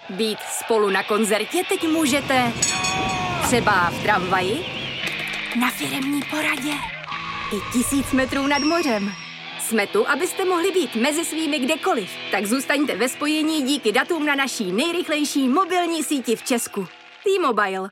Být spolu na koncertě teď můžete třeba v tramvaji, na firemní poradě i 1000 metrů nad mořem. Jsme tu, abyste mohli být mezi svými kdekoliv. Tak zůstaňte ve spojení díky datům na naší nejrychlejší mobilní síti v Česku. T-Mobile.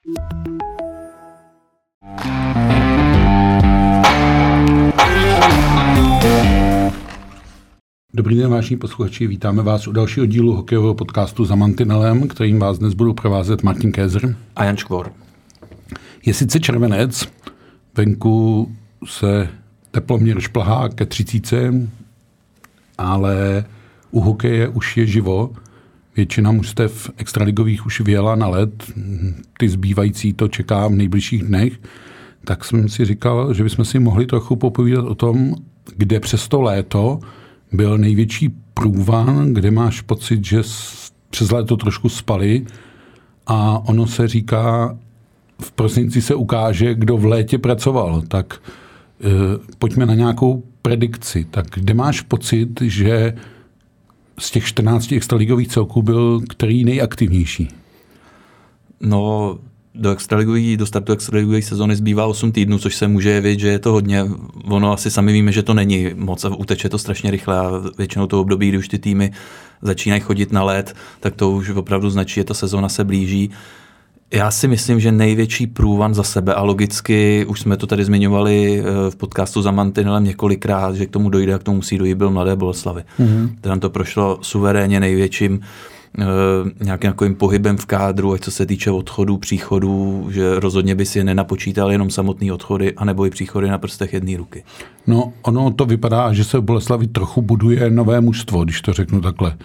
Dobrý den, vážení posluchači, vítáme vás u dalšího dílu hokejového podcastu Za mantinelem, kterým vás dnes budou provázet Martin Kézer a Jan Škvor. Je sice červenec, venku se teploměr šplhá ke 30, ale u hokeje už je živo. Většina mužstev extraligových už vyjela na led, ty zbývající to čeká v nejbližších dnech. Tak jsem si říkal, že bychom si mohli trochu popovídat o tom, kde přes to léto byl největší průvan, kde máš pocit, že přes léto trošku spali a ono se říká, v prosinci se ukáže, kdo v létě pracoval. Tak pojďme na nějakou predikci. Tak kde máš pocit, že z těch 14 extraligových celků byl který nejaktivnější? No, do startu extraligové sezóny zbývá 8 týdnů, což se může jevit, že je to hodně. Ono asi sami víme, že to není moc a uteče to strašně rychle a většinou to období, kdy už ty týmy začínají chodit na led, tak to už opravdu značí, že ta sezóna se blíží. Já si myslím, že největší průvan za sebe a logicky, už jsme to tady zmiňovali v podcastu Za mantinelem několikrát, že k tomu dojde a k tomu musí dojít, byl Mladé Boleslavi. Tam to prošlo suverénně největším nějakým takovým pohybem v kádru, ať co se týče odchodů, příchodů, že rozhodně by si je nenapočítal jenom samotný odchody, anebo i příchody na prstech jedné ruky. No, ono to vypadá, že se v Boleslavi trochu buduje nové mužstvo, když to řeknu takhle.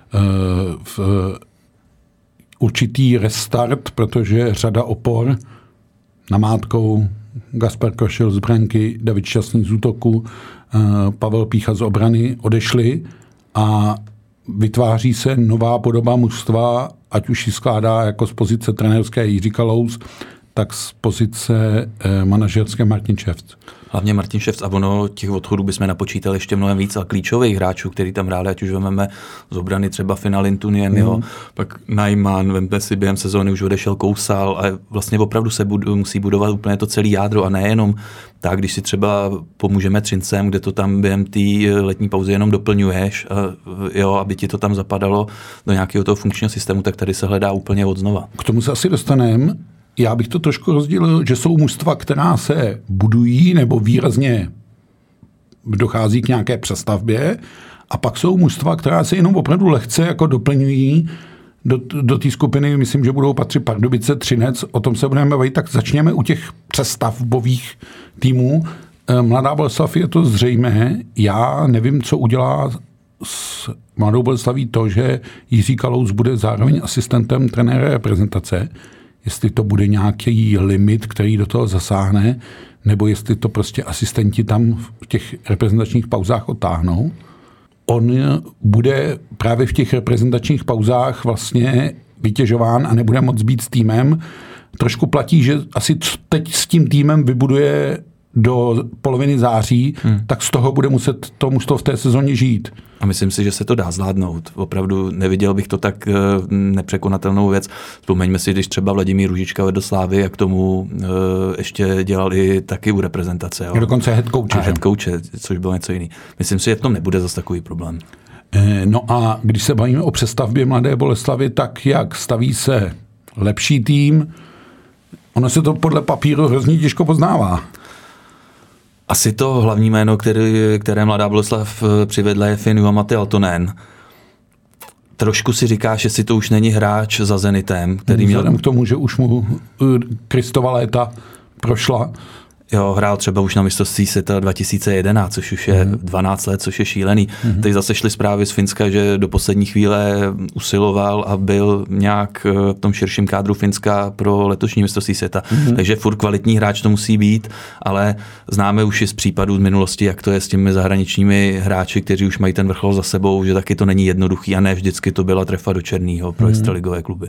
Určitý restart, protože řada opor namátkou Gaspar Košil z branky, David Šťastný z útoku, Pavel Pícha z obrany odešli a vytváří se nová podoba mužstva, ať už ji skládá jako z pozice trenérské Jiří Kalous, tak z pozice manažerské Martin Ševc. Hlavně Martin Ševc a ono těch odchodů bychom napočítali ještě mnohem víc a klíčových hráčů, který tam hráli, ať už vezmeme z obrany třeba Finalin Tunienio, pak Najman, vemte si během sezóny už odešel Kousal a vlastně opravdu se musí budovat úplně to celé jádro a nejenom tak, když si třeba pomůžeme Třincem, kde to tam během té letní pauzy jenom doplňuješ, aby ti to tam zapadalo do nějakého toho funkčního systému, tak tady se hledá úplně od znova. K tomu se asi dostaneme. Já bych to trošku rozdělil, že jsou mužstva, která se budují nebo výrazně dochází k nějaké přestavbě a pak jsou mužstva, která se jenom opravdu lehce jako doplňují do té skupiny. Myslím, že budou patřit Pardubice, Třinec, o tom se budeme bavit, tak začněme u těch přestavbových týmů. Mladá Boleslav je to zřejmé. Já nevím, co udělá s Mladou Boleslaví to, že Jiří Kalous bude zároveň asistentem trenéra reprezentace, jestli to bude nějaký limit, který do toho zasáhne, nebo jestli to prostě asistenti tam v těch reprezentačních pauzách otáhnou. On bude právě v těch reprezentačních pauzách vlastně vytěžován a nebude moc být s týmem. Trošku platí, že asi teď s tím týmem vybuduje do poloviny září, tak z toho bude muset to mužstvo v té sezóně žít. A myslím si, že se to dá zvládnout. Opravdu neviděl bych to tak nepřekonatelnou věc. Vzpomeňme si, když třeba Vladimír Růžička vedl Slávy, jak tomu ještě dělali taky u reprezentace. Jo. Dokonce head coache. Head coache, což bylo něco jiný. Myslím si, že v tom nebude zase takový problém. No a když se bavíme o přestavbě Mladé Boleslavy, tak jak staví se lepší tým, ono se to podle papíru hrozně těžko poznává. Asi to hlavní jméno, které Mladá Boleslav přivedla, je Finn Juha-Matti Aaltonen. Trošku si říkáš, že si to už není hráč za Zenitem, který měl... Vzhledem k tomu, že už mu Kristova léta prošla. Jo, hrál třeba už na mistrovství světa 2011, což už je 12 let, což je šílený. Teď zase šly zprávy z Finska, že do poslední chvíle usiloval a byl nějak v tom širším kádru Finska pro letošní mistrovství světa. Takže furt kvalitní hráč to musí být, ale známe už i z případů z minulosti, jak to je s těmi zahraničními hráči, kteří už mají ten vrchol za sebou, že taky to není jednoduchý a ne vždycky to byla trefa do černého pro extraligové kluby.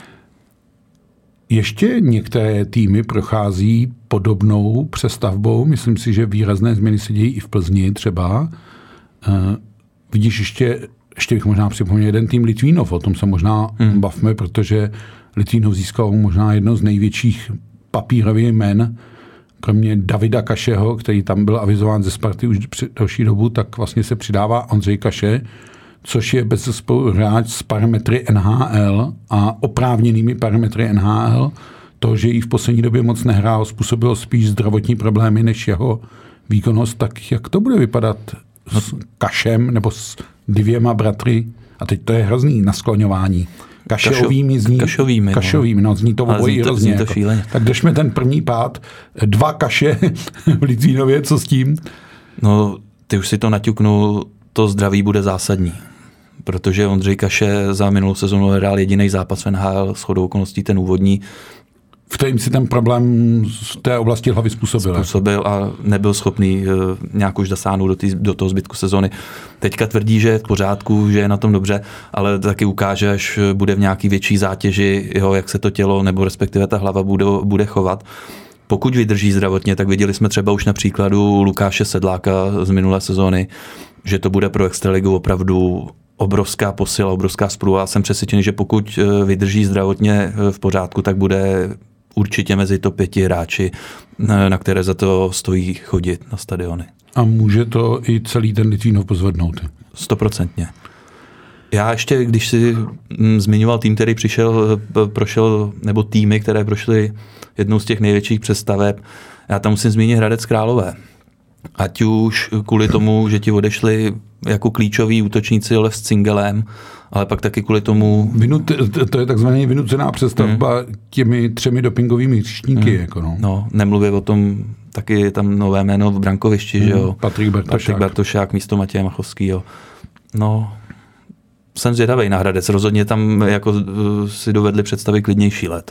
Ještě některé týmy prochází podobnou přestavbou. Myslím si, že výrazné změny se dějí i v Plzni třeba. Vidíš ještě ještě bych možná připomněl jeden tým Litvínov, o tom se možná bavme, protože Litvínov získal možná jedno z největších papírových jmen, kromě Davida Kašeho, který tam byl avizován ze Sparty už další dobu, tak vlastně se přidává Ondřej Kaše, což je bezesporu hráč s parametry NHL a oprávněnými parametry NHL. To, že jí v poslední době moc nehrál, způsobilo spíš zdravotní problémy než jeho výkonnost. Tak jak to bude vypadat s Kašem nebo s 2 bratry? A teď to je hrozný naskloňování. Kašovými zní. Kašovými, no zní to obojí hrozně. Jako. Tak držme ten první pád. 2 Kaše v Litvínově, co s tím? No, ty už si to naťuknul, to zdraví bude zásadní. Protože Ondřej Kaše za minulou sezonu hrál jediný zápas v NHL, shodou okolností ten úvodní. V kterým si ten problém z té oblasti hlavy způsobil a nebyl schopný nějak už zasáhnout do toho zbytku sezony. Teďka tvrdí, že je v pořádku, že je na tom dobře, ale taky ukáže, až bude v nějaký větší zátěži, jak se to tělo nebo respektive ta hlava bude chovat. Pokud vydrží zdravotně, tak viděli jsme třeba už na příkladu Lukáše Sedláka z minulé sezóny, že to bude pro extraligu opravdu obrovská posila, obrovská sprůva. Jsem přesvědčený, že pokud vydrží zdravotně v pořádku, tak bude určitě mezi top 5 hráči, na které za to stojí chodit na stadiony. A může to i celý ten Litvínov pozvednout? 100%. Já ještě, když si zmiňoval tým, který prošel, nebo týmy, které prošly jednou z těch největších přestaveb, já tam musím zmínit Hradec Králové. Ať už kvůli tomu, že ti odešli jako klíčoví útočníci Lev s Cingelem, ale pak taky kvůli tomu... To je takzvaně vynucená přestavba těmi 3 dopingovými hřištníky. Jako no, nemluvě o tom, taky je tam nové jméno v brankovišti, že jo? Patrik Bartošák místo Matěje Machovskýho. No, jsem zvědavej na Hradec. Rozhodně tam jako si dovedli představit klidnější léto.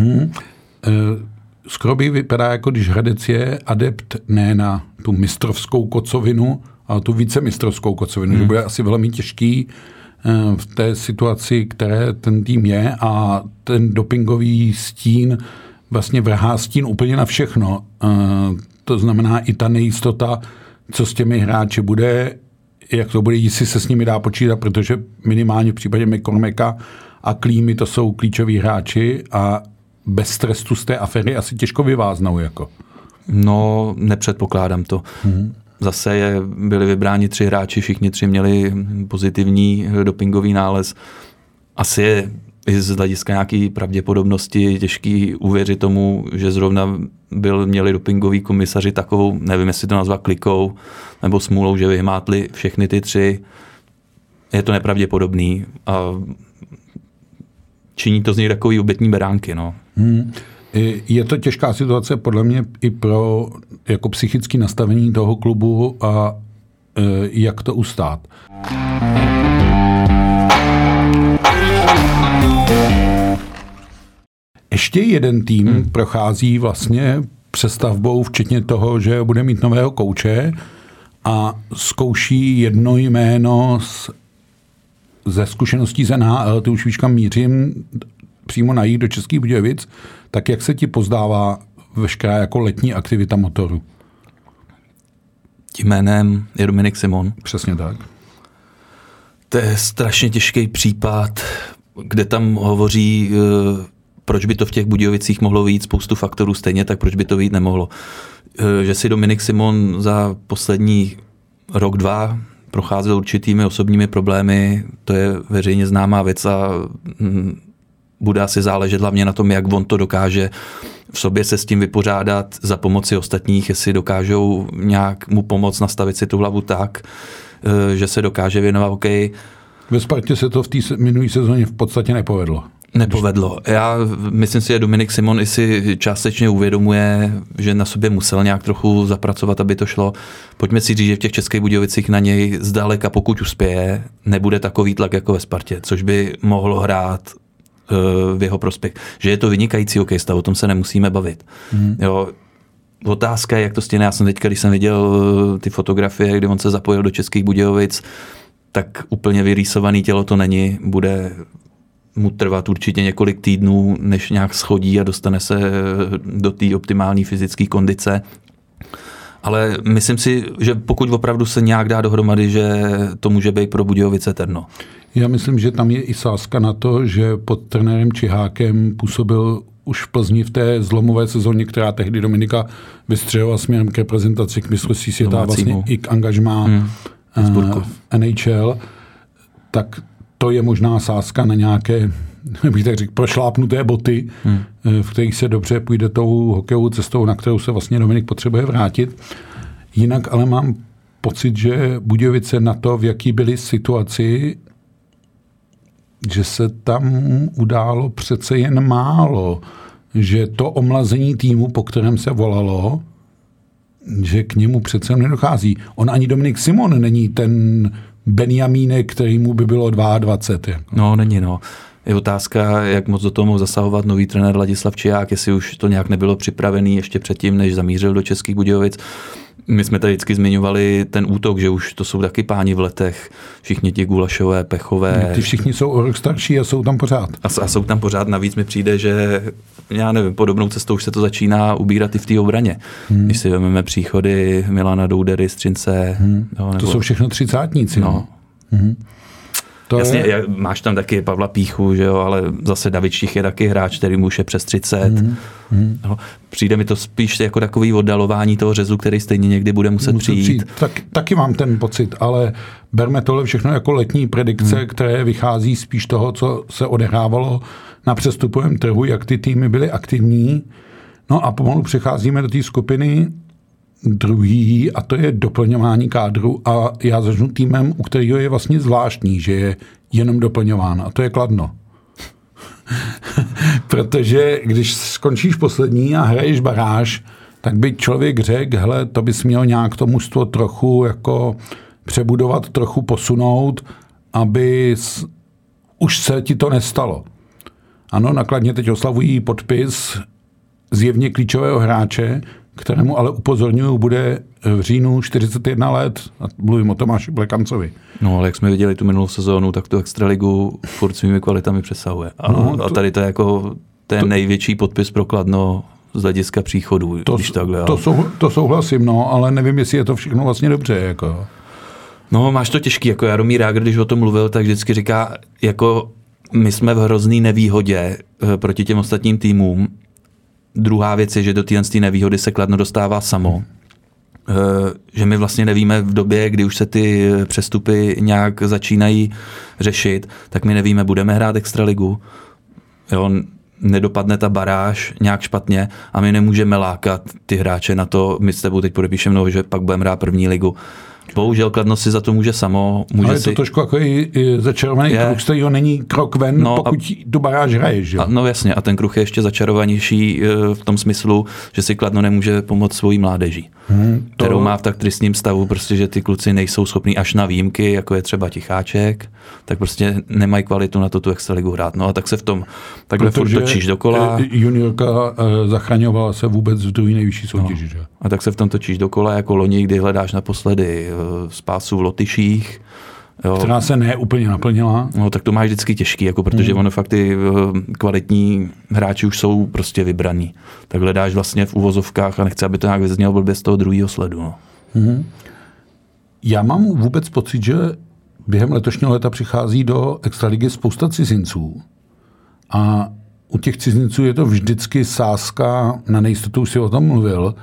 Skoro by vypadá, jako když Hradec je adept ne na tu mistrovskou kocovinu, ale tu vícemistrovskou kocovinu, že bude asi velmi těžký v té situaci, které ten tým je, a ten dopingový stín vlastně vrhá stín úplně na všechno. To znamená i ta nejistota, co s těmi hráči bude, jak to bude, jestli se s nimi dá počítat, protože minimálně v případě McCormacka a Klímy to jsou klíčoví hráči a bez trestu z té aféry asi těžko vyváznou. Jako. No, nepředpokládám to. Zase byli vybráni 3 hráči, všichni 3 měli pozitivní dopingový nález. Asi je i z hlediska nějaké pravděpodobnosti těžký uvěřit tomu, že zrovna měli dopingoví komisaři takovou, nevím, jestli to nazvat klikou nebo smůlou, že vyhmátli všechny ty 3. Je to nepravděpodobný a činí to z něj takový obětní beránky. No. Je to těžká situace podle mě i pro jako psychické nastavení toho klubu a jak to ustát. Ještě jeden tým prochází vlastně přestavbou, včetně toho, že bude mít nového kouče a zkouší jedno jméno ze zkušeností z NHL, ty už víš, kam mířím, přímo najít do Českých Budějovic, tak jak se ti pozdává veškerá jako letní aktivita Motoru? Tím jménem je Dominik Simon. Přesně tak. To je strašně těžký případ, kde tam hovoří, proč by to v těch Budějovicích mohlo vyjít, spoustu faktorů stejně, tak proč by to vyjít nemohlo. Že si Dominik Simon za poslední rok, 2 procházel určitými osobními problémy, to je veřejně známá věc a bude asi záležet hlavně na tom, jak on to dokáže v sobě se s tím vypořádat za pomoci ostatních, jestli dokážou nějak mu pomoct nastavit si tu hlavu tak, že se dokáže věnovat hokeji. Ve Spartě se to v té minulé sezóně v podstatě nepovedlo. Nepovedlo. Já myslím si, že Dominik Simon i si částečně uvědomuje, že na sobě musel nějak trochu zapracovat, aby to šlo. Pojďme si říct, že v těch Českých Budějovicích na něj zdaleka, pokud uspěje, nebude takový tlak jako ve Spartě, což by mohlo hrát v jeho prospěch. Že je to vynikající hokejista, o tom se nemusíme bavit. Jo, otázka je, jak to stěne. Já jsem teďka, když jsem viděl ty fotografie, kdy on se zapojil do Českých Budějovic, tak úplně vyrýsovaný tělo to není. Bude mu trvat určitě několik týdnů, než nějak schodí a dostane se do té optimální fyzické kondice. Ale myslím si, že pokud opravdu se nějak dá dohromady, že to může být pro Budějovice terno. Já myslím, že tam je i sázka na to, že pod trenérem Čihákem působil už v Plzni v té zlomové sezóně, která tehdy Dominika vystřelila směrem k reprezentaci, k mistrovství světa, vlastně i k angažmá v NHL, tak to je možná sázka na nějaké, bych tak řekl, prošlápnuté boty, v kterých se dobře půjde tou hokejovou cestou, na kterou se vlastně Dominik potřebuje vrátit. Jinak ale mám pocit, že Budějovice na to, v jaký byly situaci, že se tam událo přece jen málo. Že to omlazení týmu, po kterém se volalo, že k němu přece nedochází. On ani Dominik Simon není ten Benjamínek, kterýmu by bylo 22. Jako. No, není, no. Je otázka, jak moc do toho mohl zasahovat nový trenér Ladislav Čiják, jestli už to nějak nebylo připravený ještě předtím, než zamířil do Českých Budějovic. My jsme tady vždycky zmiňovali ten útok, že už to jsou taky páni v letech, všichni ti Gulašové, Pechové. Ty všichni jsou o rok starší a jsou tam pořád. A jsou tam pořád, navíc mi přijde, že já nevím, podobnou cestou už se to začíná ubírat i v té obraně. Když si vezmeme příchody Milana Doudery, Střince. Nebo... To jsou všechno třicátníci. No. Jasně, máš tam taky Pavla Píchu, že jo, ale zase David Štich je taky hráč, který mu už je přes 30. No, přijde mi to spíš jako takový oddalování toho řezu, který stejně někdy bude muset přijít. Taky mám ten pocit, ale berme tohle všechno jako letní predikce, které vychází spíš toho, co se odehrávalo na přestupovém trhu, jak ty týmy byly aktivní. No a pomalu přecházíme do té skupiny druhý, a to je doplňování kádru, a já začnu týmem, u kterého je vlastně zvláštní, že je jenom doplňován, a to je Kladno. Protože když skončíš poslední a hraješ baráž, tak by člověk řekl, hele, to bys měl nějak to mužstvo trochu jako přebudovat, trochu posunout, aby už se ti to nestalo. Ano, na Kladně teď oslavují podpis zjevně klíčového hráče, kterému ale upozorňuju, bude v říjnu 41 let. A mluvím o Tomáši Blekancovi. No, ale jak jsme viděli tu minulou sezónu, tak tu extraligu furt svými kvalitami přesahuje. A tady to je jako ten největší podpis pro Kladno z hlediska příchodu. To souhlasím, no, ale nevím, jestli je to všechno vlastně dobře. Jako. No, máš to těžký. Jako Jaromír Jágr, když o tom mluvil, tak vždycky říká, jako my jsme v hrozný nevýhodě proti těm ostatním týmům. Druhá věc je, že do téhle nevýhody se Kladno dostává samo. Že my vlastně nevíme v době, kdy už se ty přestupy nějak začínají řešit, tak my nevíme, budeme hrát extraligu. Jo, nedopadne ta baráž nějak špatně a my nemůžeme lákat ty hráče na to, my s tebou teď podepíšeme, že pak budeme hrát první ligu. Bohužel Kladno si za to může samo. Ale je to trošku jako i začarovaný kruh, z kterého není krok ven, pokud do baráž hraješ. Že? No jasně, a ten kruh je ještě začarovanější v tom smyslu, že si Kladno nemůže pomoct svojí mládeží, kterou má v tak tristním stavu, prostě, že ty kluci nejsou schopní až na výjimky, jako je třeba Ticháček, tak prostě nemají kvalitu na to tu extraligu hrát. No a tak se v tom takhle furt točíš dokola. Juniorka zachraňovala se vůbec v druhé nejvyšší soutěži. Že? A tak se v tom točíš dokola, jako loni, kdy hledáš naposledy spásu v Lotyších. Jo. Která se ne úplně naplnila. No, tak to máš vždycky těžký, jako, protože ono fakt ty kvalitní hráči už jsou prostě vybraný. Tak hledáš vlastně v uvozovkách a nechci, aby to nějak vyznělo blbě z toho druhého sledu. No. Já mám vůbec pocit, že během letošního léta přichází do extraligy spousta cizinců. A u těch cizinců je to vždycky sázka na nejistotu, už si o tom mluvil.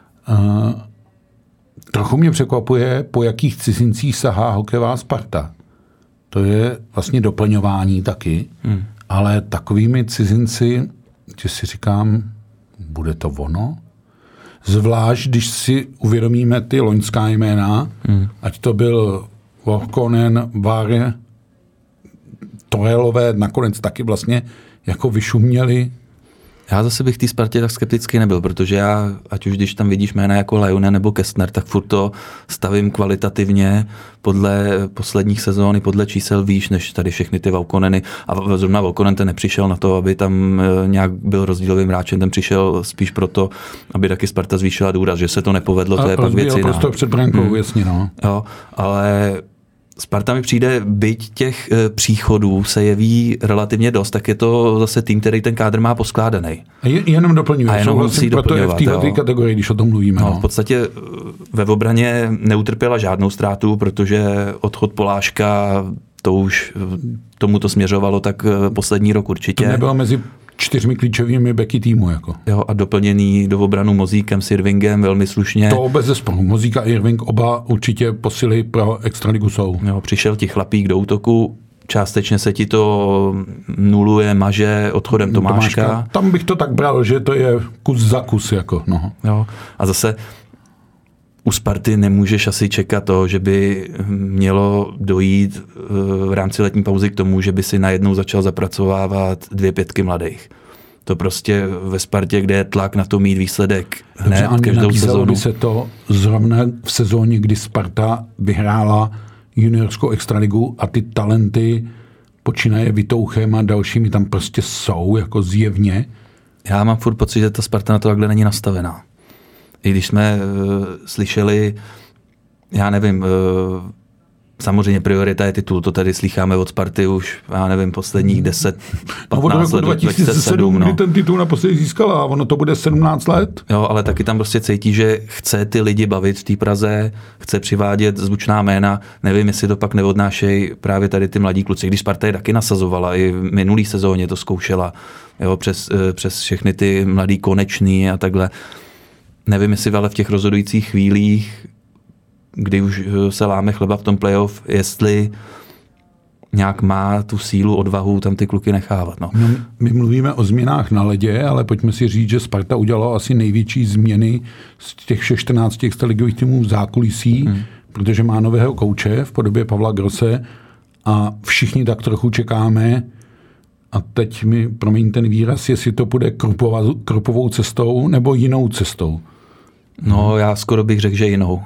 Trochu mě překvapuje, po jakých cizincích sahá hokejová Sparta. To je vlastně doplňování taky, ale takovými cizinci, že si říkám, bude to ono? Zvlášť, když si uvědomíme ty loňská jména, ať to byl Vorkonen, Vare, Torelové, nakonec taky vlastně jako vyšuměli. Já zase bych té Spartě tak skeptický nebyl, protože já, ať už když tam vidíš jména jako Leone nebo Kestner, tak furt to stavím kvalitativně podle posledních sezóny, podle čísel výš, než tady všechny ty Vaukoneny. A zrovna Vaukonen ten nepřišel na to, aby tam nějak byl rozdílovým hráčem, ten přišel spíš proto, aby taky Sparta zvýšila důraz, že se to nepovedlo, to je pak věc jiná. Prostor před brankou, jasně, no. Jo, ale Sparta mi přijde, byť těch příchodů se jeví relativně dost, tak je to zase tým, který ten kádr má poskládaný. Jenom doplňuje. A jenom musí proto je v této kategorii, když o tom mluvíme. No, v podstatě ve obraně neutrpěla žádnou ztrátu, protože odchod Poláška, tomu to směřovalo tak poslední rok určitě. To nebylo mezi 4 klíčovými beky týmu. Jako. Jo, a doplněný do obranu Mozíkem s Irvingem velmi slušně. To bez zesporu. Mozík a Irving oba určitě posily pro extraligu jsou. Jo, přišel ti chlapík do útoku, částečně se ti to nuluje, maže odchodem Tomáška. Tam bych to tak bral, že to je kus za kus. Jako, no. Jo, a zase u Sparty nemůžeš asi čekat to, že by mělo dojít v rámci letní pauzy k tomu, že by si najednou začal zapracovávat 2 5 mladých. To prostě ve Spartě, kde je tlak na to mít výsledek hned každou sezónu. By se to zrovna v sezóně, kdy Sparta vyhrála juniorskou extraligu a ty talenty počínaje Vitouchem a dalšími tam prostě jsou jako zjevně. Já mám furt pocit, že ta Sparta na to takhle není nastavená. I když jsme slyšeli, já nevím, samozřejmě priorita je titul, to tady slycháme od Sparty už, já nevím, posledních 10, 15 let, 2007, kdy ten titul naposledy získala a ono to bude 17 let. Jo, ale taky tam prostě cítí, že chce ty lidi bavit v té Praze, chce přivádět zvučná jména, nevím, jestli to pak neodnášejí právě tady ty mladí kluci, když Sparta je taky nasazovala, i v minulý sezóně to zkoušela, jo, přes všechny ty mladý Konečný a takhle. Nevím, jestli ale v těch rozhodujících chvílích, kdy už se láme chleba v tom playoff, jestli nějak má tu sílu, odvahu tam ty kluky nechávat. No. No, my mluvíme o změnách na ledě, ale pojďme si říct, že Sparta udělala asi největší změny z těch 14 extraligových týmů v zákulisí, protože má nového kouče v podobě Pavla Grosse a všichni tak trochu čekáme, a teď mi promiň ten výraz, jestli to půjde kropovou cestou nebo jinou cestou. No, já skoro bych řekl, že jinou.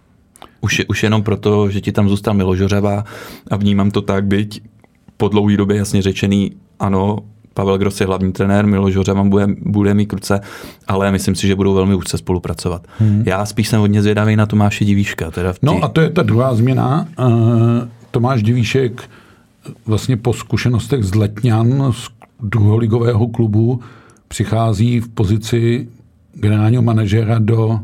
Už jenom proto, že ti tam zůstal Miloš Hořava a vnímám to tak, byť po dlouhé době jasně řečený, ano, Pavel Gross je hlavní trenér, Miloš Hořava bude mít ruce, ale myslím si, že budou velmi úzce spolupracovat. Já spíš jsem hodně zvědavý na Tomáše Divíška. No a to je ta druhá změna. Tomáš Divíšek vlastně po zkušenostech z Letňan, z druholigového klubu, přichází v pozici generálního manažera do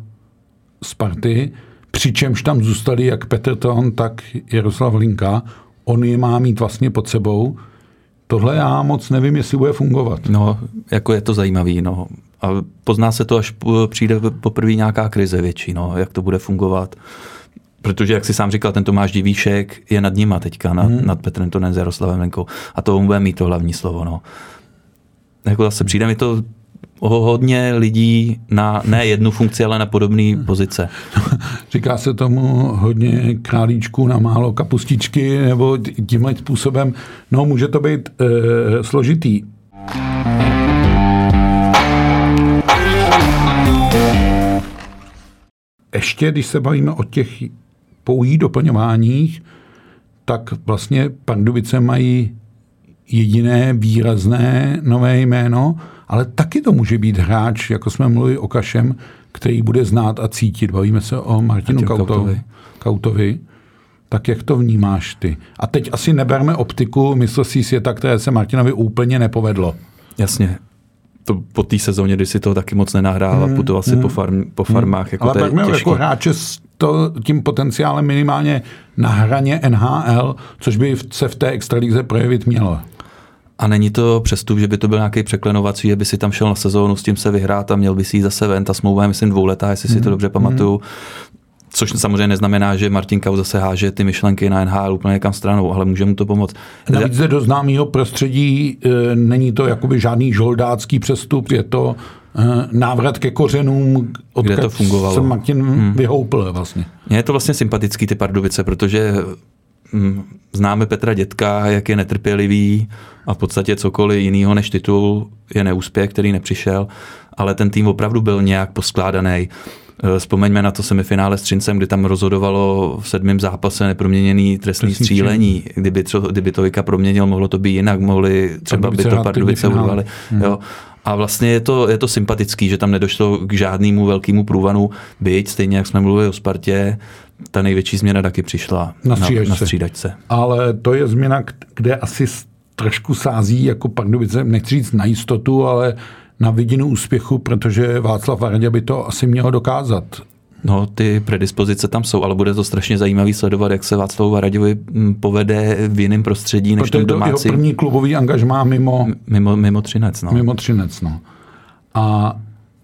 Sparty, přičemž tam zůstali jak Petr Ton, tak Jaroslav Hlinka. On je má mít vlastně pod sebou. Tohle já moc nevím, jestli bude fungovat. No, jako je to zajímavý, no. A pozná se to, až přijde poprvé nějaká krize větší, no, jak to bude fungovat. Protože, jak si sám říkal, ten Tomáš Divíšek je nad nima teďka, nad Petrem Tonem s Jaroslavem Hlinkou. A to on bude mít to hlavní slovo, no. Jako zase přijde mi to hodně lidí na ne jednu funkci, ale na podobné pozice. Říká se tomu hodně králíčků na málo kapustičky, nebo tímhle způsobem. No, může to být složitý. Ještě, když se bavíme o těch pouhých doplňováních, tak vlastně Pardubice mají jediné výrazné nové jméno, ale taky to může být hráč, jako jsme mluvili o Kašem, který bude znát a cítit. Bavíme se o Martinu Kautovi. Tak jak to vnímáš ty? A teď asi neberme optiku mistrovství světa, které se Martinovi úplně nepovedlo. Jasně. To po té sezóně, kdy si to taky moc nenahrál a putoval si po farmách. Jako ale berme jako hráče s tím potenciálem minimálně na hraně NHL, což by se v té extralize projevit mělo. A není to přestup, že by to byl nějaký překlenovací, že by si tam šel na sezónu, s tím se vyhrát a měl by si jít zase ven. Ta smlouva je, myslím, 2letá, jestli si to dobře pamatuju. Což samozřejmě neznamená, že Martin Kaut zase háže ty myšlenky na NHL úplně někam stranou, ale může mu to pomoct. Navíc zde do známého prostředí není to jakoby žádný žoldácký přestup, je to návrat ke kořenům, odkud se Martin vyhoupl vlastně. Mně je to vlastně sympatický ty Pardubice, protože známe Petra Dětka, jak je netrpělivý a v podstatě cokoliv jiného než titul je neúspěch, který nepřišel, ale ten tým opravdu byl nějak poskládaný. Vzpomeňme na to semifinále s Třincem, kdy tam rozhodovalo v 7. zápase neproměněný trestný střílení. Kdyby to Vika proměnil, mohlo to být jinak, mohli třeba by to Pardubice urvali. Jo. A vlastně je to sympatický, že tam nedošlo k žádnému velkému průvanu, byť stejně jak jsme mluvili o Spartě, ta největší změna taky přišla na střídačce. Ale to je změna, kde asi trošku sází jako Pardubice, nechci říct na jistotu, ale na vidinu úspěchu, protože Václav Varda by to asi měl dokázat. No, ty predispozice tam jsou, ale bude to strašně zajímavý sledovat, jak se Václavu Varaďovi povede v jiném prostředí než tom domácí. Protože to jeho první klubový angažmá mimo Třinec. No. Mimo Třinec, no. A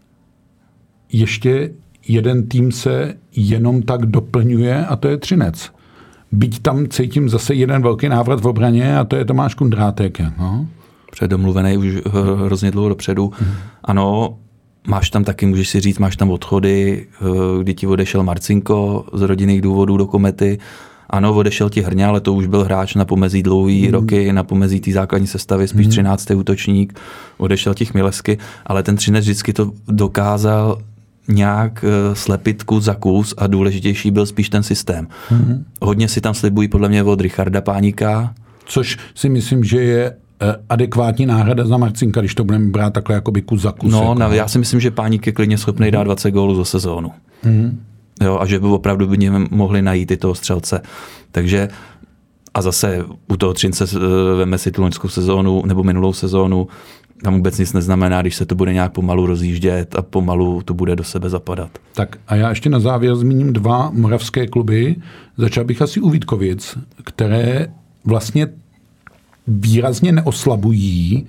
ještě jeden tým se jenom tak doplňuje a to je Třinec. Byť tam cítím zase jeden velký návrat v obraně a to je Tomáš Kundrátek. No. Předomluvený už hrozně dlouho dopředu. Ano, máš tam taky, můžeš si říct, máš tam odchody, kdy ti odešel Marcinko z rodinných důvodů do Komety. Ano, odešel ti Hrňa, ale to už byl hráč na pomezí dlouhý roky, na pomezí té základní sestavy, spíš 13. útočník. Odešel ti Chmielevsky, ale ten Třinec vždycky to dokázal nějak slepit kus za kus a důležitější byl spíš ten systém. Hodně si tam slibují podle mě od Richarda Páníka. Což si myslím, že je adekvátní náhrada za Marcinka, když to budeme brát takhle jakoby kus za kus. No, já si myslím, že Páník je klidně schopný dát 20 gólů za sezónu. Jo, a že by opravdu by mohli najít i toho střelce. Takže a zase u toho Třince veme si tu loňskou sezónu nebo minulou sezónu, tam vůbec nic neznamená, když se to bude nějak pomalu rozjíždět a pomalu to bude do sebe zapadat. Tak a já ještě na závěr zmíním 2 moravské kluby. Začal bych asi u Vítkovic, které vlastně výrazně neoslabují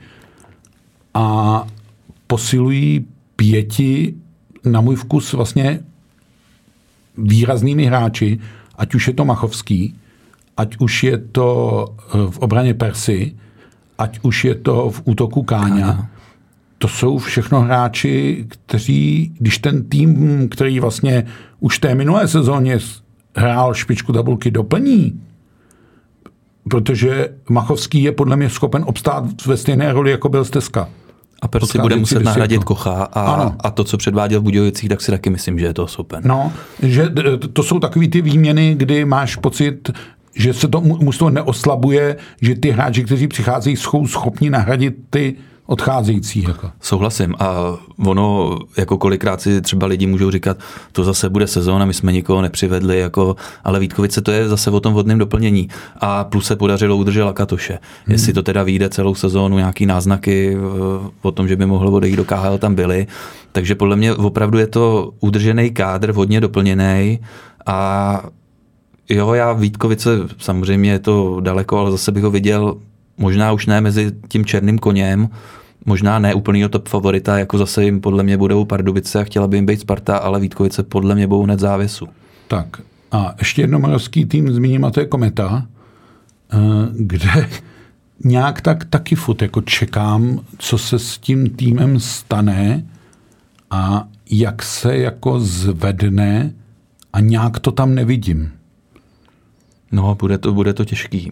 a posilují 5 na můj vkus vlastně výraznými hráči, ať už je to Machovský, ať už je to v obraně Persy, ať už je to v útoku Káňa. To jsou všechno hráči, kteří, když ten tým, který vlastně už té minulé sezóně hrál špičku tabulky, doplní, protože Machovský je podle mě schopen obstát ve stejné roli, jako byl Stezka. A Persy bude muset nahradit Kocha a to, co předváděl v Budějovicích, tak si taky myslím, že je to schopen. No, že to jsou takový ty výměny, kdy máš pocit, že se to mužstvo neoslabuje, že ty hráči, kteří přicházejí, jsou schopni nahradit ty odcházející. Jako. Souhlasím. A ono, jako kolikrát si třeba lidi můžou říkat, to zase bude sezóna, my jsme nikoho nepřivedli, jako, ale Vítkovice to je zase o tom vhodném doplnění. A plus se podařilo udržet Lakatoše. Jestli to teda vyjde celou sezónu, nějaký náznaky o tom, že by mohl odejít do KHL, tam byly. Takže podle mě opravdu je to udržený kádr, hodně doplněný a jo, já Vítkovice, samozřejmě je to daleko, ale zase bych ho viděl možná už ne mezi tím černým koněm, možná ne úplnýho top favorita, jako zase jim podle mě budou Pardubice a chtěla by jim být Sparta, ale Vítkovice podle mě budou hned závěsu. Tak a ještě jedno moravský tým zmíním a to je Kometa, kde nějak tak taky furt jako čekám, co se s tím týmem stane a jak se jako zvedne a nějak to tam nevidím. No, bude to těžký.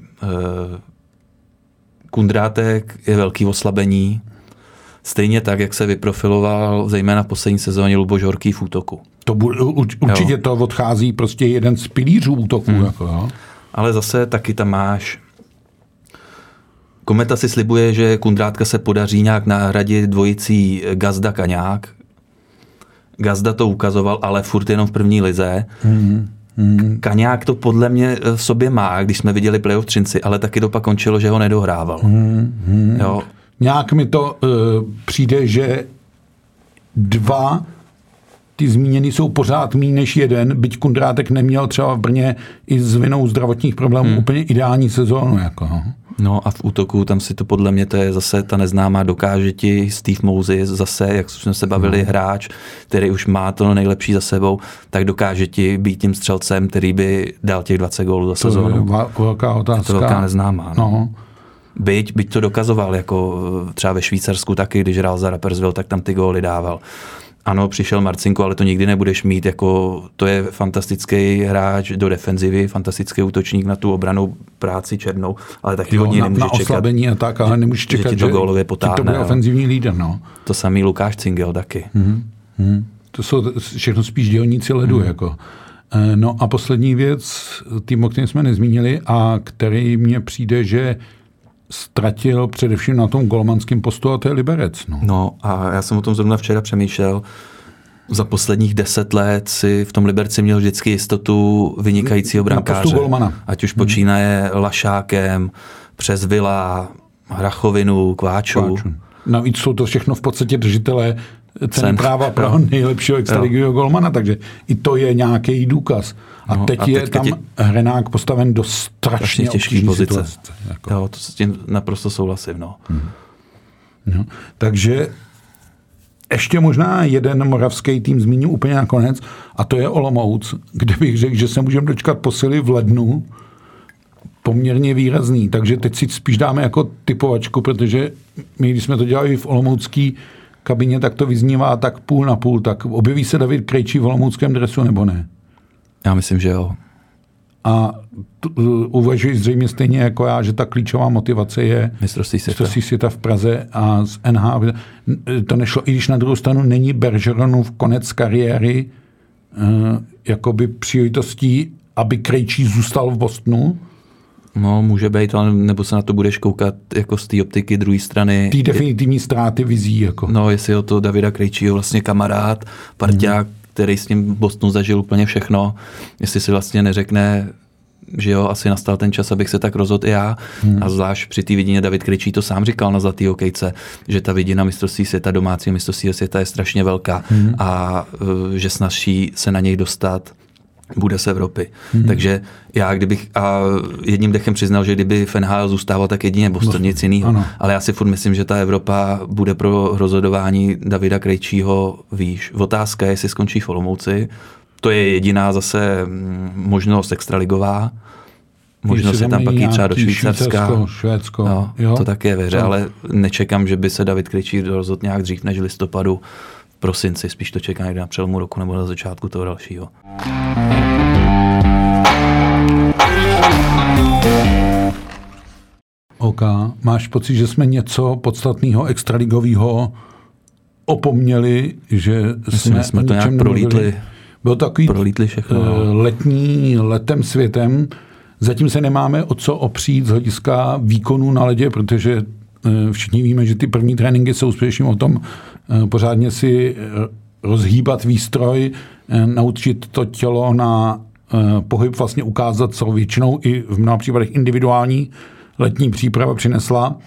Kundrátek je velký oslabení. Stejně tak, jak se vyprofiloval, zejména v poslední sezóně Luboš Horký v útoku. Určitě jo. To odchází prostě jeden z pilířů útoku. Jako, jo. Ale zase taky tam máš. Kometa si slibuje, že Kundrátka se podaří nějak nahradit dvojicí Gazda Kaňák. Gazda to ukazoval, ale furt jenom v první lize. Kaňák to podle mě v sobě má, když jsme viděli playoff Třinci, ale taky to pak končilo, že ho nedohrával. Jo. Nějak mi to přijde, že 2 ty zmíněný jsou pořád méně než 1, byť Kundrátek neměl třeba v Brně i s vinou zdravotních problémů úplně ideální sezónu. Jako. No a v útoku tam si to podle mě, to je zase ta neznámá, dokáže ti Steve Moses zase, jak jsme se bavili, hráč, který už má to nejlepší za sebou, tak dokáže ti být tím střelcem, který by dal těch 20 gólů za sezónu. To je velká otázka. To je velká neznámá. No. Byť to dokazoval, jako třeba ve Švýcarsku taky, když hrál za Rapperswil, tak tam ty góly dával. Ano, přišel Marcinko, ale to nikdy nebudeš mít, jako to je fantastický hráč do defenzivy, fantastický útočník na tu obranou práci černou, ale taky od něj nemůžeš čekat. Na oslabení a tak, ale nemůžeš čekat, že ti to gólově potáhne. To bude ofenzivní lídr, no. To samý Lukáš Cingel taky. To jsou všechno spíš dělníci ledu, jako. No a poslední věc, tým, o kterém jsme nezmínili a který mně přijde, že ztratil především na tom golmanském postu, a to je Liberec. No a já jsem o tom zrovna včera přemýšlel. Za posledních 10 let si v tom Liberci měl vždycky jistotu vynikajícího brankáře. Ať už počínaje Lašákem, přes Vila, Hrachovinu, Kváču. Navíc jsou to všechno v podstatě držitelé ceny práva pro nejlepšího extraligového golmana, takže i to je nějaký důkaz. A teď je tam Hrenák postaven do strašně těžké pozice. Jako. Jo, to s tím naprosto souhlasím. No. No, takže ještě možná jeden moravský tým zmíním úplně nakonec, a to je Olomouc, kde bych řekl, že se můžeme dočkat posily v lednu poměrně výrazný. Takže teď si spíš dáme jako typovačku, protože my, když jsme to dělali v olomoucký kabině, tak to vyznívá tak půl na půl. Tak objeví se David Krejčí v olomouckém dresu, nebo ne? Já myslím, že jo. A uvažuji zřejmě stejně jako já, že ta klíčová motivace je mistrovství světa v Praze a z NH. To nešlo, i když na druhou stranu není Bergeronův konec kariéry jakoby příležitostí, aby Krejčí zůstal v Bostonu. No, může být, ale nebo se na to budeš koukat jako z té optiky druhé strany. Ty definitivní ztráty vizí. Jako. No, jestli o to Davida Krejčího vlastně kamarád, parťák, který s ním v Bostonu zažil úplně všechno, jestli si vlastně neřekne, že jo, asi nastal ten čas, abych se tak rozhodl i já. A zvlášť při té vidině David Krejčí to sám říkal na Zlatý hokejce, že ta vidina mistrovství světa, domácí mistrovství světa je strašně velká a že snazší se na něj dostat bude z Evropy. Takže já jedním dechem přiznal, že kdyby v NHL zůstával, tak jedině Boston, nic jiného. Ale já si furt myslím, že ta Evropa bude pro rozhodování Davida Krejčího výš. Otázka je, jestli skončí v Olomouci. To je jediná zase možnost extraligová. Možnost je tam pak jít třeba do Švýcarska. Švédsko. To tak je věře, ale nečekám, že by se David Krejčí rozhodl nějak dřív než v listopadu, v prosinci. Spíš to čeká někde na přelomu roku nebo na začátku toho dalšího. OK. Máš pocit, že jsme něco podstatného extraligového opomněli, že jsme to nějak prolítli. Byl takový všechno, letem světem. Zatím se nemáme o co opřít z hlediska výkonů na ledě, protože všichni víme, že ty první tréninky jsou především o tom pořádně si rozhýbat výstroj, naučit to tělo na pohyb, vlastně ukázat, co většinou i v mnoha případech individuální letní příprava přinesla.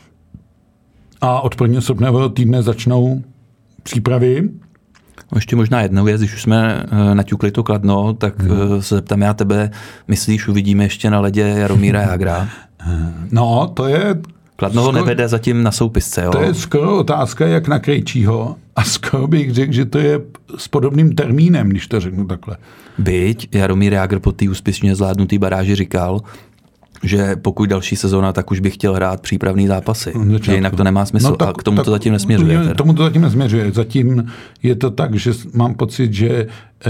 A od 1. srpnového týdne začnou přípravy. Ještě možná jednou věc, když už jsme naťukli to Kladno, tak se zeptám já tebe, myslíš, uvidíme ještě na ledě Jaromíra Jágra? No, to je... Kladno ho nevede zatím na soupisce, jo? To je skoro otázka, jak na Krejčího. A skoro bych řekl, že to je s podobným termínem, když to řeknu takhle. Byť Jaromír Jágr po té úspěšně zvládnutý baráži říkal, že pokud další sezóna, tak už bych chtěl hrát přípravný zápasy. Že jinak to nemá smysl. No, a k tomu to zatím nesměřuje. K tomu to zatím nesměřuje. Zatím je to tak, že mám pocit, že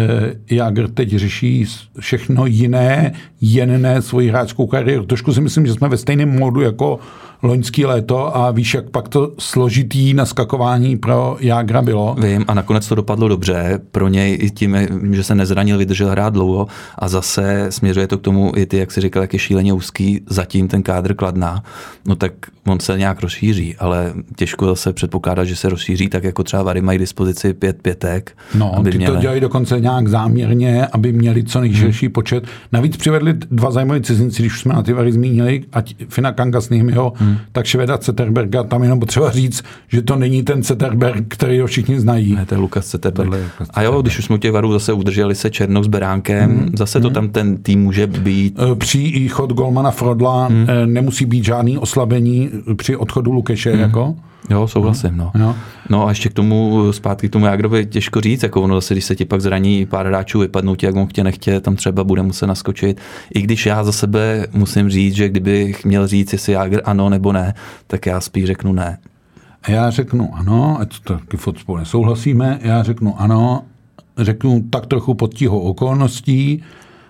Jágr teď řeší všechno jiné, jen ne svoji hráčskou kariéru. Trošku si myslím, že jsme ve stejném módu jako loňský léto a víš, jak pak to složitý naskakování pro Jágra bylo. Vím, a nakonec to dopadlo dobře. Pro něj i tím, že se nezranil, vydržel hrát dlouho a zase směřuje to k tomu, i ty, jak jsi říkal, jak je šíleně úzký zatím ten kádr Kladna, no tak on se nějak rozšíří, ale těžko zase předpokládat, že se rozšíří, tak jako třeba Vary mají dispozici 5 pětek. No, ty to dělají dokonce nějak záměrně, aby měli co nejširší počet. Navíc přivedli 2 zajímavé cizinci, když jsme na ty Vary zmínili, ať Fina Kangasniemiho, tak Šveda Zetterberga, tam jenom potřeba říct, že to není ten Zetterberg, který ho všichni znají. Ne, to je Lukas Zetterberg. A jo, když už jsme těch Varů zase udrželi se Černou s Beránkem, zase to tam ten tým může být. Při chod golmana Frodla nemusí být žádný oslabení při odchodu Lukeše, jako. Jo, souhlasím, no. Jo. No a ještě k tomu, zpátky k tomu Jágrovi těžko říct, jako ono zase, když se ti pak zraní pár hráčů, vypadnou ti, jak on nechtě, tam třeba bude muset naskočit. I když já za sebe musím říct, že kdybych měl říct, jestli Jágr ano nebo ne, tak já spíš řeknu ne. Já řeknu ano, ať to taky spolu nesouhlasíme, já řeknu ano, řeknu tak trochu pod tíhou okolností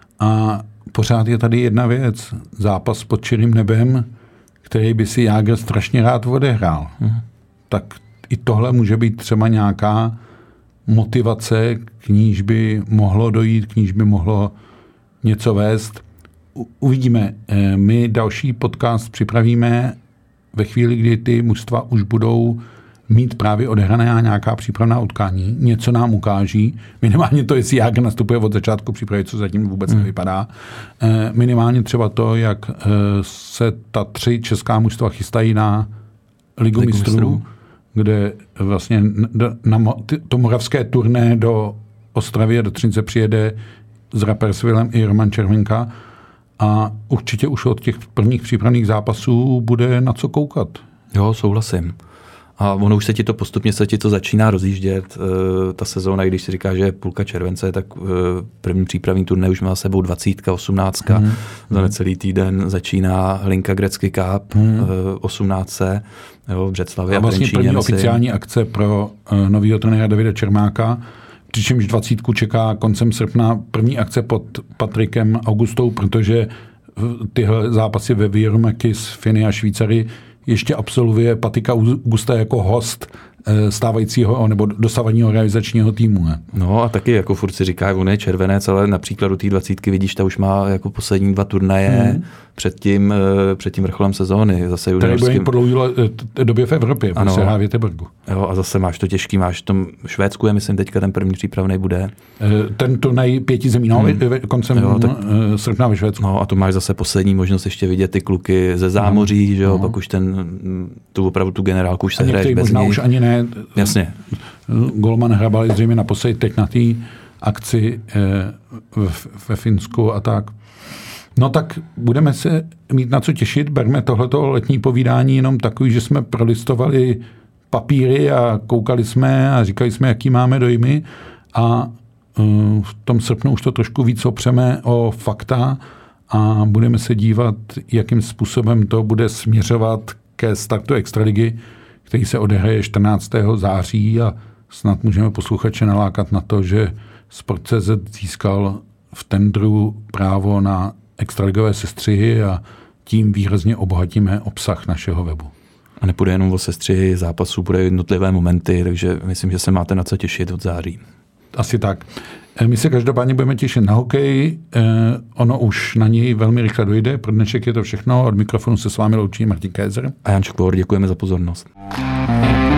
a pořád je tady jedna věc, zápas pod čirým nebem, který by si Jágr strašně rád odehrál. Tak i tohle může být třeba nějaká motivace, k níž by mohlo dojít, k níž by mohlo něco vést. Uvidíme. My další podcast připravíme ve chvíli, kdy ty mužstva už budou mít právě odehrané nějaká přípravná utkání, něco nám ukáží, minimálně to, jestli Jágr nastupuje od začátku přípravy, co zatím vůbec nevypadá, minimálně třeba to, jak se ta 3 česká mužstva chystají na Ligu mistrů, kde vlastně to moravské turné do Ostravy a do Třince přijede s Rapperswillem i Roman Červenka a určitě už od těch prvních přípravných zápasů bude na co koukat. Jo, souhlasím. A ono už postupně se ti to začíná rozjíždět. Ta sezóna, když si říká, že je půlka července, tak první přípravný turné už má sebou 20, 18. Za necelý týden začíná Hlinka Gretzky Cup, 18. Jo, Břeclavy a vlastně Trenčíně. První oficiální akce pro novýho trenéra Davida Čermáka, přičemž 20 čeká koncem srpna první akce pod Patrikem Augustou, protože tyhle zápasy ve Vierumäki s Finy a Švýcary ještě absolvuje Patrika Augusta jako host stávajícího nebo dosavadního realizačního týmu. Ne? No a taky jako furt si říká, on je červenec, ale například u té 20 vidíš, ta už má jako poslední 2 turnaje před tím vrcholem sezóny. Zase tady bude po dlouhé době v Evropě, protože se hrá v Göteborgu. Jo, a zase máš to těžký, máš v tom Švédsku, je myslím teďka ten první přípravnej bude. Ten turnaj 5 zemí, koncem srpna ve Švédsku. No a to máš zase poslední možnost ještě vidět ty kluky ze zámoří, že jo, pak už opravdu tu generálku už se hraje bez něj. Už ani ne. Jasně. Golman Hrabal zřejmě naposledy teď na té akci ve Finsku a tak. No tak budeme se mít na co těšit. Berme tohleto letní povídání jenom takový, že jsme prolistovali papíry a koukali jsme a říkali jsme, jaký máme dojmy a v tom srpnu už to trošku víc opřeme o fakta a budeme se dívat, jakým způsobem to bude směřovat ke startu Extraligy, který se odehraje 14. září a snad můžeme posluchače nalákat na to, že Sport.cz získal v tendru právo na extraligové sestřihy a tím výrazně obohatíme obsah našeho webu. A nepůjde jenom o sestřihy zápasů, bude jednotlivé momenty, takže myslím, že se máte na co těšit od září. Asi tak. My se každopádně budeme těšit na hokej. Ono už na něj velmi rychle dojde. Pro dnešek je to všechno. Od mikrofonu se s vámi loučí Martin Kézer. A Jan Škvor, děkujeme za pozornost.